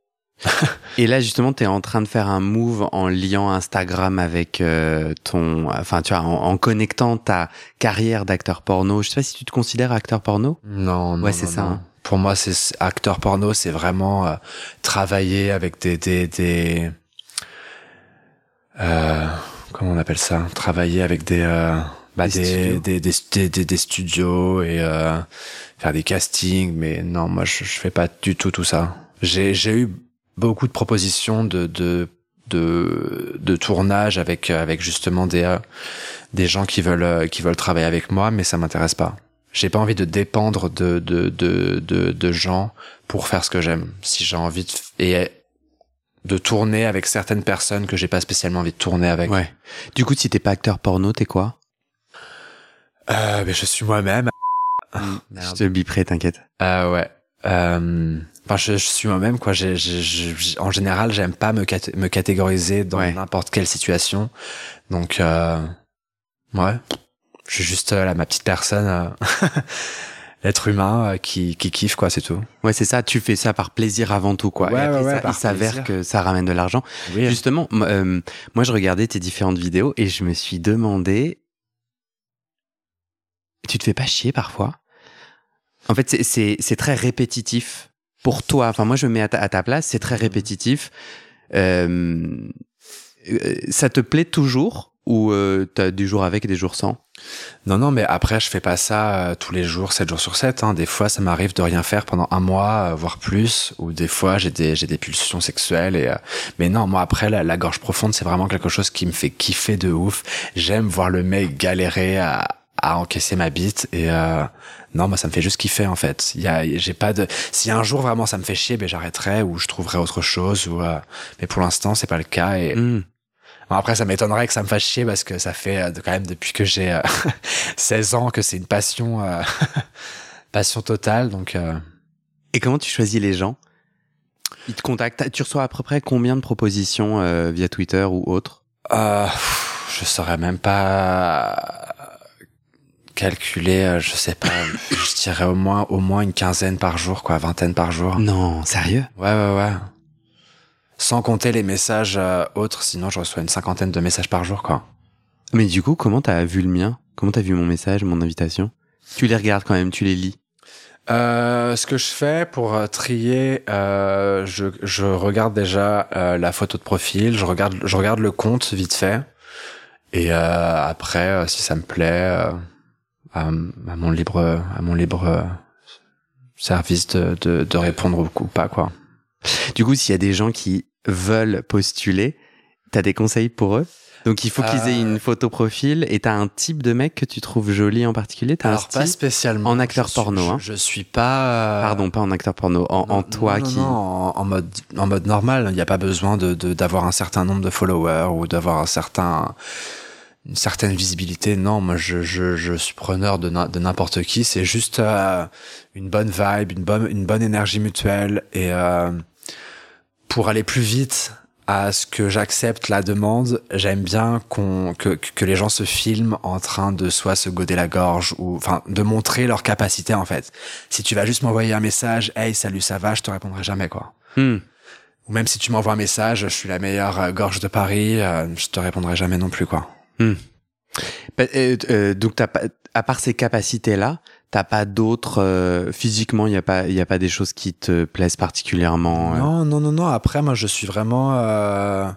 Speaker 1: Et là, justement, t'es en train de faire un move en liant Instagram avec euh, ton... Enfin, tu vois, en, en connectant ta carrière d'acteur porno. Je sais pas si tu te considères acteur porno?
Speaker 2: Non, non,
Speaker 1: Ouais,
Speaker 2: non,
Speaker 1: c'est ça.
Speaker 2: non.
Speaker 1: Hein.
Speaker 2: Pour moi, c'est acteur porno, c'est vraiment euh, travailler avec des... des, des euh, comment on appelle ça? Travailler avec des... Euh, Bah,
Speaker 1: des,
Speaker 2: des,
Speaker 1: studios.
Speaker 2: Des, des, des, des, des studios et euh, faire des castings, mais non, moi je, je fais pas du tout tout ça. J'ai, j'ai eu beaucoup de propositions de, de, de, de tournage avec, avec justement des, euh, des gens qui veulent, qui veulent travailler avec moi, mais ça m'intéresse pas. J'ai pas envie de dépendre de, de, de, de, de gens pour faire ce que j'aime. Si j'ai envie de, et de tourner avec certaines personnes que j'ai pas spécialement envie de tourner avec.
Speaker 1: Ouais. Du coup, si t'es pas acteur porno, t'es quoi?
Speaker 2: Euh, mais je suis moi-même.
Speaker 1: Je te biperai, t'inquiète.
Speaker 2: Euh, ouais. Euh, enfin, je, je suis moi-même, quoi. J'ai, j'ai, j'ai, en général, j'aime pas me, cat- me catégoriser dans
Speaker 1: Ouais.
Speaker 2: n'importe quelle situation. Donc, euh, ouais. Je suis juste euh, là, ma petite personne, euh, l'être humain euh, qui, qui kiffe, quoi, c'est tout.
Speaker 1: Ouais, c'est ça. Tu fais ça par plaisir avant tout, quoi.
Speaker 2: Ouais,
Speaker 1: Et après,
Speaker 2: ouais, ouais,
Speaker 1: ça,
Speaker 2: par
Speaker 1: il s'avère
Speaker 2: plaisir.
Speaker 1: que ça ramène de l'argent.
Speaker 2: Oui.
Speaker 1: Justement, m- euh, moi, je regardais tes différentes vidéos et je me suis demandé, tu te fais pas chier parfois? En fait, c'est, c'est, c'est très répétitif pour toi. Enfin, moi, je me mets à ta, à ta place, c'est très répétitif. Euh, euh, ça te plaît toujours ou euh, t'as des jours avec et des jours sans?
Speaker 2: Non, non, mais après, je fais pas ça euh, tous les jours, sept jours sur sept. Hein. Des fois, ça m'arrive de rien faire pendant un mois, euh, voire plus. Ou des fois, j'ai des, j'ai des pulsions sexuelles. Et, euh, mais non, moi, après, la, la gorge profonde, c'est vraiment quelque chose qui me fait kiffer de ouf. J'aime voir le mec galérer à, à encaisser ma bite. Et euh, non, moi, ça me fait juste kiffer, en fait. Il y a, j'ai pas de. Si un jour, vraiment, ça me fait chier, ben, j'arrêterai ou je trouverai autre chose. Ou, euh... Mais pour l'instant, c'est pas le cas. Et.
Speaker 1: Mmh.
Speaker 2: Bon, après, ça m'étonnerait que ça me fasse chier parce que ça fait euh, quand même depuis que j'ai euh, seize ans que c'est une passion, euh, passion totale. Donc, euh...
Speaker 1: Et comment tu choisis les gens? Ils te contactent. Tu reçois à peu près combien de propositions euh, via Twitter ou autre?
Speaker 2: Euh, je saurais même pas calculer. euh, Je sais pas. Je dirais au moins, au moins une quinzaine par jour, quoi, vingtaine par jour.
Speaker 1: Non, sérieux?
Speaker 2: Ouais, ouais, ouais. Sans compter les messages euh, autres, sinon je reçois une cinquantaine de messages par jour, quoi.
Speaker 1: Mais du coup, comment t'as vu le mien? Comment t'as vu mon message, mon invitation? Tu les regardes quand même, tu les lis?
Speaker 2: Euh, ce que je fais pour euh, trier, euh, je, je regarde déjà euh, la photo de profil, je regarde, je regarde le compte vite fait, et euh, après, euh, si ça me plaît, euh, à, à mon libre, à mon libre euh, service de, de, de répondre ou, ou pas, quoi.
Speaker 1: Du coup, s'il y a des gens qui veulent postuler, t'as des conseils pour eux? Donc il faut qu'ils aient une photo profil et t'as un type de mec que tu trouves joli en particulier? T'as
Speaker 2: Alors
Speaker 1: un style?
Speaker 2: pas spécialement.
Speaker 1: En acteur
Speaker 2: je
Speaker 1: porno,
Speaker 2: suis,
Speaker 1: hein.
Speaker 2: Je, je suis pas. Euh...
Speaker 1: Pardon, pas en acteur porno, en,
Speaker 2: non,
Speaker 1: en toi
Speaker 2: non, non,
Speaker 1: qui.
Speaker 2: Non, en, en mode, en mode normal. Il n'y a pas besoin de, de, d'avoir un certain nombre de followers ou d'avoir un certain, une certaine visibilité. Non, moi, je, je, je suis preneur de, de n'importe qui. C'est juste euh, une bonne vibe, une bonne, une bonne énergie mutuelle et euh, pour aller plus vite à ce que j'accepte la demande, j'aime bien qu'on que que les gens se filment en train de soit se goder la gorge ou enfin de montrer leur capacité en fait. Si tu vas juste m'envoyer un message, hey salut ça va, je te répondrai jamais quoi.
Speaker 1: Hmm.
Speaker 2: Ou même si tu m'envoies un message, je suis la meilleure euh, gorge de Paris, euh, je te répondrai jamais non plus quoi.
Speaker 1: Hmm. Bah, euh, euh, donc t'as pas, à part ces capacités-là, t'as pas d'autres euh, physiquement, il y a pas, il y a pas des choses qui te plaisent particulièrement. Euh...
Speaker 2: Non non non non. Après moi je suis vraiment, euh...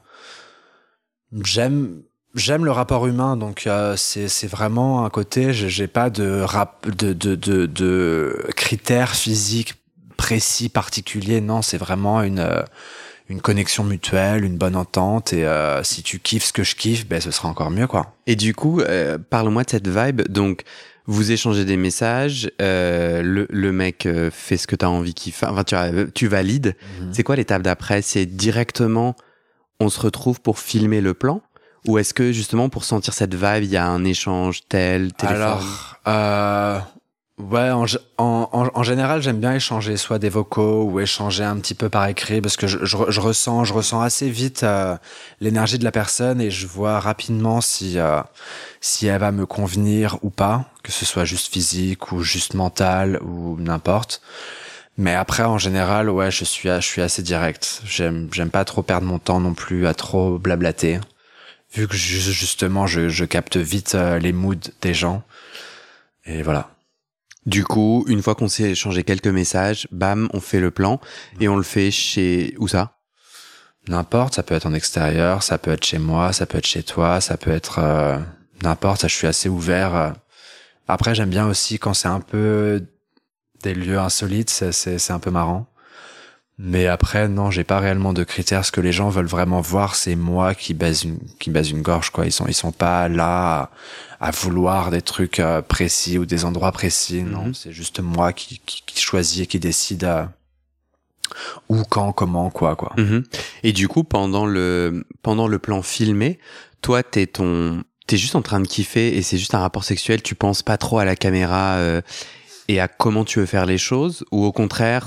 Speaker 2: j'aime. J'aime le rapport humain, donc euh, c'est c'est vraiment un côté. J'ai, j'ai pas de rap, de de de de critères physiques précis particuliers. Non, c'est vraiment une euh, une connexion mutuelle, une bonne entente. Et euh, si tu kiffes ce que je kiffe, ben ce sera encore mieux, quoi.
Speaker 1: Et du coup, euh, parle-moi de cette vibe. Donc, vous échangez des messages. Euh, le le mec euh, fait ce que t'as envie qu'il fasse. Enfin, tu tu valides. Mm-hmm. C'est quoi l'étape d'après? C'est directement, on se retrouve pour filmer le plan? Ou est-ce que justement pour sentir cette vibe, il y a un échange tel, téléphone?
Speaker 2: Alors, euh, ouais, en, en, en, en général, j'aime bien échanger soit des vocaux ou échanger un petit peu par écrit parce que je, je, je ressens, je ressens assez vite euh, l'énergie de la personne et je vois rapidement si euh, si elle va me convenir ou pas, que ce soit juste physique ou juste mental ou n'importe. Mais après, en général, ouais, je suis, je suis assez direct. J'aime, j'aime pas trop perdre mon temps non plus à trop blablater. Vu que justement, je, je capte vite euh, les moods des gens. Et voilà.
Speaker 1: Du coup, une fois qu'on s'est échangé quelques messages, bam, on fait le plan. Et on le fait chez... Où ça?
Speaker 2: N'importe, ça peut être en extérieur, ça peut être chez moi, ça peut être chez toi, ça peut être euh, n'importe, ça, je suis assez ouvert. Après, j'aime bien aussi quand c'est un peu des lieux insolites, c'est, c'est, c'est un peu marrant. Mais après, non, j'ai pas réellement de critères. Ce que les gens veulent vraiment voir, c'est moi qui baise une, qui baise une gorge, quoi. Ils sont, ils sont pas là à, à vouloir des trucs euh, précis ou des endroits précis. Mm-hmm. Non, c'est juste moi qui, qui, qui choisit et qui décide à où, quand, comment, quoi, quoi.
Speaker 1: Mm-hmm. Et du coup, pendant le, pendant le plan filmé, toi, t'es ton, t'es juste en train de kiffer et c'est juste un rapport sexuel. Tu penses pas trop à la caméra euh, et à comment tu veux faire les choses, ou au contraire?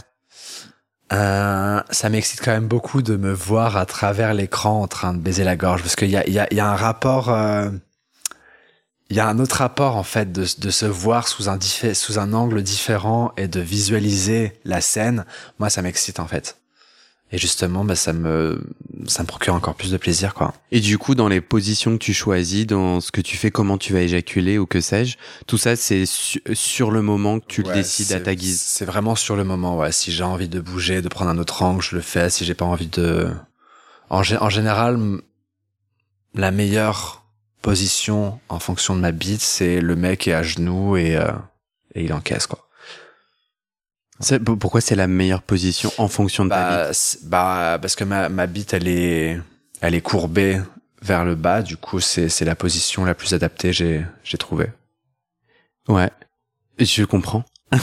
Speaker 2: Euh, ça m'excite quand même beaucoup de me voir à travers l'écran en train de baiser la gorge, parce qu'il y a, il y a, il y a un rapport, euh, il y a un autre rapport en fait de, de se voir sous un diffé- sous un angle différent et de visualiser la scène. Moi, ça m'excite en fait. Et justement, bah, ça me, ça me procure encore plus de plaisir, quoi.
Speaker 1: Et du coup, dans les positions que tu choisis, dans ce que tu fais, comment tu vas éjaculer ou que sais-je, tout ça, c'est su- sur le moment que tu
Speaker 2: ouais,
Speaker 1: le décides à ta guise.
Speaker 2: C'est vraiment sur le moment, ouais. Si j'ai envie de bouger, de prendre un autre angle, je le fais. Si j'ai pas envie de, en, g- en général, la meilleure position en fonction de ma bite, c'est le mec est à genoux et, euh, et il encaisse, quoi.
Speaker 1: C'est, pourquoi c'est la meilleure position en fonction de
Speaker 2: bah,
Speaker 1: ta bite?
Speaker 2: Bah, parce que ma, ma bite, elle est, elle est courbée vers le bas. Du coup, c'est, c'est la position la plus adaptée, j'ai, j'ai trouvé.
Speaker 1: Ouais. Je comprends.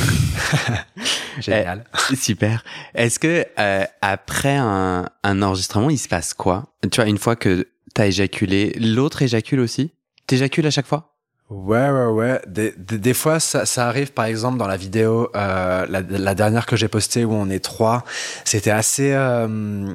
Speaker 2: Génial.
Speaker 1: Eh, super. Est-ce que, euh, après un, un enregistrement, il se passe quoi? Tu vois, une fois que t'as éjaculé, l'autre éjacule aussi? T'éjacules à chaque fois?
Speaker 2: Ouais, ouais, ouais. Des, des, des fois, ça, ça arrive, par exemple, dans la vidéo, euh, la, la dernière que j'ai postée où on est trois, c'était assez... Euh,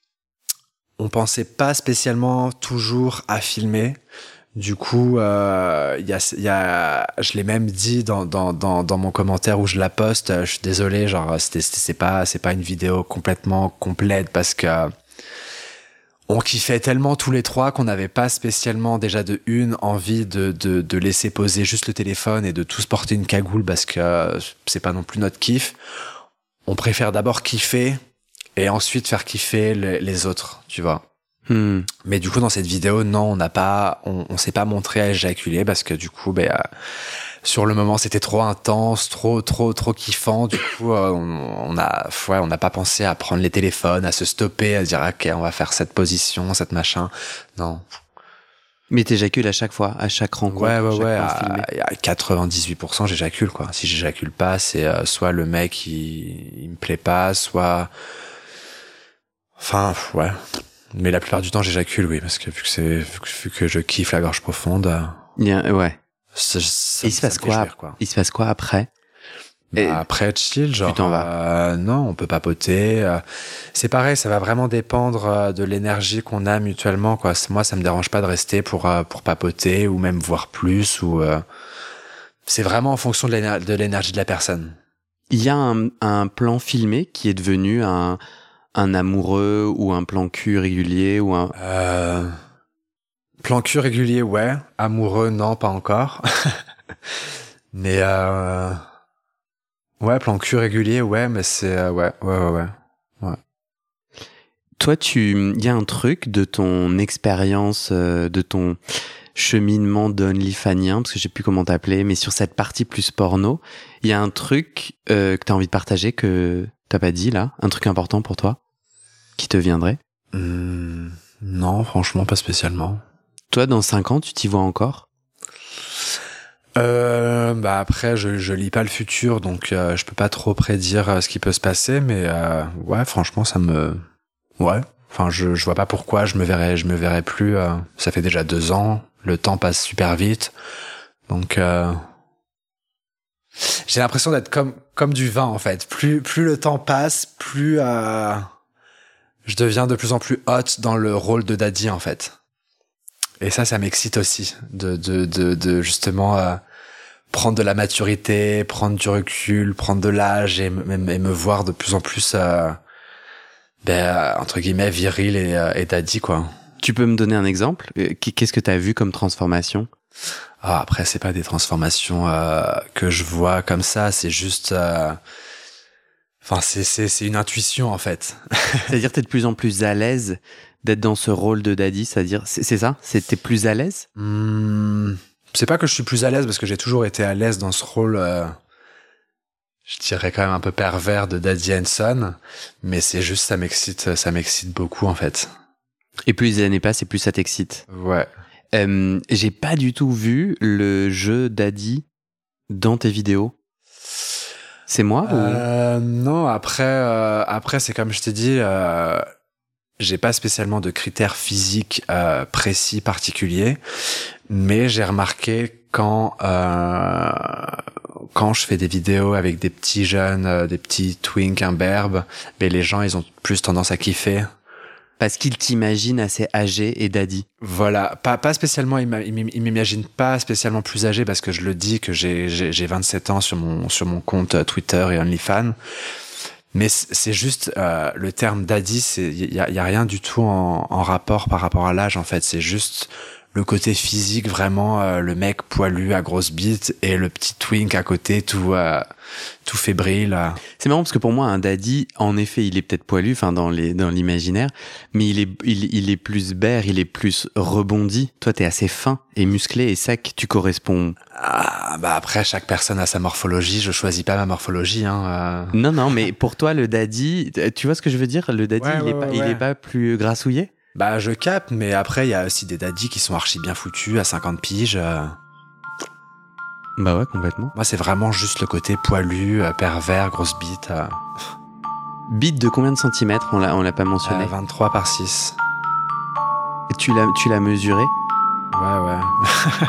Speaker 2: on pensait pas spécialement toujours à filmer. Du coup, euh, y a, y a, je l'ai même dit dans, dans, dans, dans mon commentaire où je la poste, je suis désolé, genre, c'était, c'est pas, c'est pas une vidéo complètement complète parce que on kiffait tellement tous les trois qu'on n'avait pas spécialement déjà de une envie de, de, de laisser poser juste le téléphone et de tous porter une cagoule parce que c'est pas non plus notre kiff. On préfère d'abord kiffer et ensuite faire kiffer les, les autres, tu vois.
Speaker 1: Hmm.
Speaker 2: Mais du coup, dans cette vidéo, non, on n'a pas, on, on s'est pas montré à éjaculer parce que du coup, ben, euh, sur le moment, c'était trop intense, trop, trop, trop kiffant. Du coup, euh, on, on a, ouais, on n'a pas pensé à prendre les téléphones, à se stopper, à dire, ok, on va faire cette position, cette machin. Non.
Speaker 1: Mais t'éjacules à chaque fois, à chaque rencontre.
Speaker 2: Ouais, ouais,
Speaker 1: chaque
Speaker 2: ouais.
Speaker 1: plan filmé.
Speaker 2: À, à quatre-vingt-dix-huit pour cent, j'éjacule, quoi. Si j'éjacule pas, c'est euh, soit le mec, il, il me plaît pas, soit, enfin, ouais. Mais la plupart du temps, j'éjacule, oui, parce que vu que c'est, vu que, vu que je kiffe la gorge profonde. Euh,
Speaker 1: Il y a, ouais.
Speaker 2: Ça, ça,
Speaker 1: il se passe quoi, jouir, quoi Il se passe quoi après?
Speaker 2: Et bah après, chill, genre.
Speaker 1: Tu t'en vas.
Speaker 2: Euh, non, on peut papoter. Euh, c'est pareil, ça va vraiment dépendre euh, de l'énergie qu'on a mutuellement, quoi. Moi, ça me dérange pas de rester pour euh, pour papoter ou même voir plus ou. Euh, c'est vraiment en fonction de l'énergie de l'énergie de la personne.
Speaker 1: Il y a un, un plan filmé qui est devenu un un amoureux ou un plan cul régulier ou un.
Speaker 2: Euh... Plan cul régulier, ouais. Amoureux, non, pas encore. Mais euh... ouais, plan cul régulier, ouais, mais c'est euh, ouais, ouais, ouais, ouais, ouais.
Speaker 1: Toi, tu, il y a un truc de ton expérience, euh, de ton cheminement d'onlyfanien, parce que je sais plus comment t'appeler, mais sur cette partie plus porno, il y a un truc euh, que t'as envie de partager que t'as pas dit là, un truc important pour toi, qui te viendrait?
Speaker 2: Mmh, non, franchement, pas spécialement.
Speaker 1: Toi, dans cinq ans, tu t'y vois encore?
Speaker 2: Euh, bah après, je, je lis pas le futur, donc euh, je peux pas trop prédire euh, ce qui peut se passer, mais euh, ouais, franchement, ça me, ouais. Enfin, je, je vois pas pourquoi je me verrais, je me verrais plus. Euh, ça fait déjà deux ans, le temps passe super vite, donc euh, j'ai l'impression d'être comme comme du vin en fait. Plus plus le temps passe, plus euh, je deviens de plus en plus hot dans le rôle de daddy en fait. Et ça, ça m'excite aussi de de de, de justement euh, prendre de la maturité, prendre du recul, prendre de l'âge et, m- et me voir de plus en plus euh, ben, entre guillemets viril et, euh, et daddy quoi.
Speaker 1: Tu peux me donner un exemple? Qu'est-ce que t'as vu comme transformation?
Speaker 2: Ah, après, c'est pas des transformations euh, que je vois comme ça, c'est juste... Euh... Enfin, c'est, c'est, c'est une intuition, en fait.
Speaker 1: C'est-à-dire que t'es de plus en plus à l'aise d'être dans ce rôle de daddy, c'est-à-dire, c'est, c'est ça? C'était plus à l'aise?
Speaker 2: Mmh, c'est pas que je suis plus à l'aise parce que j'ai toujours été à l'aise dans ce rôle, euh, je dirais quand même un peu pervers de Daddy Hanson, mais c'est juste ça m'excite, ça m'excite beaucoup en fait.
Speaker 1: Et plus les années passent et plus ça t'excite.
Speaker 2: Ouais.
Speaker 1: Euh, j'ai pas du tout vu le jeu daddy dans tes vidéos. C'est moi ou...
Speaker 2: euh, Non, après, euh, après c'est comme je t'ai dit, euh, j'ai pas spécialement de critères physiques euh, précis, particuliers, mais j'ai remarqué quand euh, quand je fais des vidéos avec des petits jeunes, euh, des petits twinks imberbes, mais les gens ils ont plus tendance à kiffer.
Speaker 1: Parce qu'ils t'imaginent assez âgé et daddy.
Speaker 2: Voilà, pas pas spécialement, ils m'imaginent pas spécialement plus âgé parce que je le dis que j'ai j'ai, j'ai vingt-sept ans sur mon sur mon compte Twitter et OnlyFans. Mais c'est juste euh, le terme daddy, c'est il y a, y a rien du tout en, en rapport par rapport à l'âge en fait. C'est juste le côté physique, vraiment euh, le mec poilu à grosse bite et le petit twink à côté tout euh, tout fébrile.
Speaker 1: C'est marrant parce que pour moi un daddy, en effet, il est peut-être poilu, enfin dans les dans l'imaginaire, mais il est il il est plus bear, il est plus rebondi. Toi, t'es assez fin et musclé et sec. Tu corresponds.
Speaker 2: Ah, bah après chaque personne a sa morphologie. Je choisis pas ma morphologie. Hein, euh...
Speaker 1: Non non, mais pour toi le daddy, tu vois ce que je veux dire? Le daddy,
Speaker 2: ouais,
Speaker 1: il
Speaker 2: ouais,
Speaker 1: est pas
Speaker 2: ouais,
Speaker 1: il
Speaker 2: ouais.
Speaker 1: est pas plus grassouillé?
Speaker 2: Bah je capte, mais après il y a aussi des daddies qui sont archi bien foutus à cinquante piges. Euh...
Speaker 1: Bah ouais, complètement.
Speaker 2: Moi c'est vraiment juste le côté poilu, euh, pervers, grosse bite. Euh...
Speaker 1: Bite de combien de centimètres? On l'a on l'a pas mentionné.
Speaker 2: Euh, vingt-trois par six.
Speaker 1: Et tu l'as tu l'as mesuré?
Speaker 2: Ouais ouais.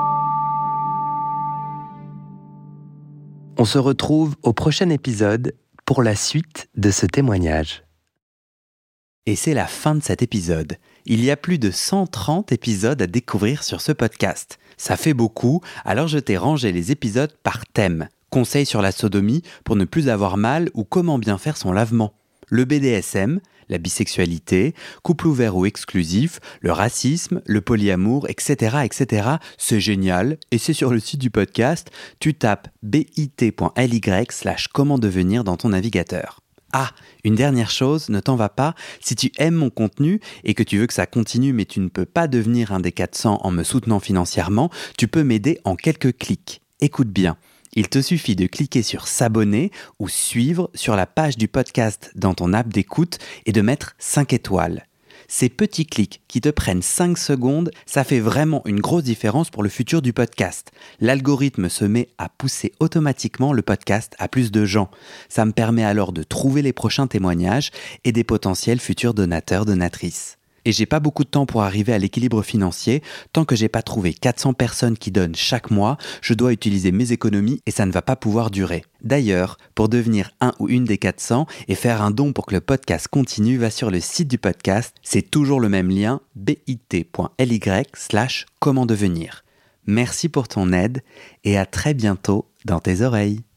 Speaker 1: On se retrouve au prochain épisode pour la suite de ce témoignage. Et c'est la fin de cet épisode. Il y a plus de cent trente épisodes à découvrir sur ce podcast. Ça fait beaucoup, alors je t'ai rangé les épisodes par thème. Conseils sur la sodomie pour ne plus avoir mal ou comment bien faire son lavement. Le B D S M, la bisexualité, couple ouvert ou exclusif, le racisme, le polyamour, et cetera, et cetera. C'est génial et c'est sur le site du podcast. Tu tapes bit.ly slash comment devenir dans ton navigateur. Ah, une dernière chose, ne t'en va pas, si tu aimes mon contenu et que tu veux que ça continue mais tu ne peux pas devenir un des quatre cents en me soutenant financièrement, tu peux m'aider en quelques clics. Écoute bien, il te suffit de cliquer sur s'abonner ou suivre sur la page du podcast dans ton app d'écoute et de mettre cinq étoiles. Ces petits clics qui te prennent cinq secondes, ça fait vraiment une grosse différence pour le futur du podcast. L'algorithme se met à pousser automatiquement le podcast à plus de gens. Ça me permet alors de trouver les prochains témoignages et des potentiels futurs donateurs, donatrices. Et j'ai pas beaucoup de temps pour arriver à l'équilibre financier. Tant que j'ai pas trouvé quatre cents personnes qui donnent chaque mois, je dois utiliser mes économies et ça ne va pas pouvoir durer. D'ailleurs, pour devenir un ou une des quatre cents et faire un don pour que le podcast continue, va sur le site du podcast. C'est toujours le même lien, bit.ly slash comment devenir. Merci pour ton aide et à très bientôt dans tes oreilles.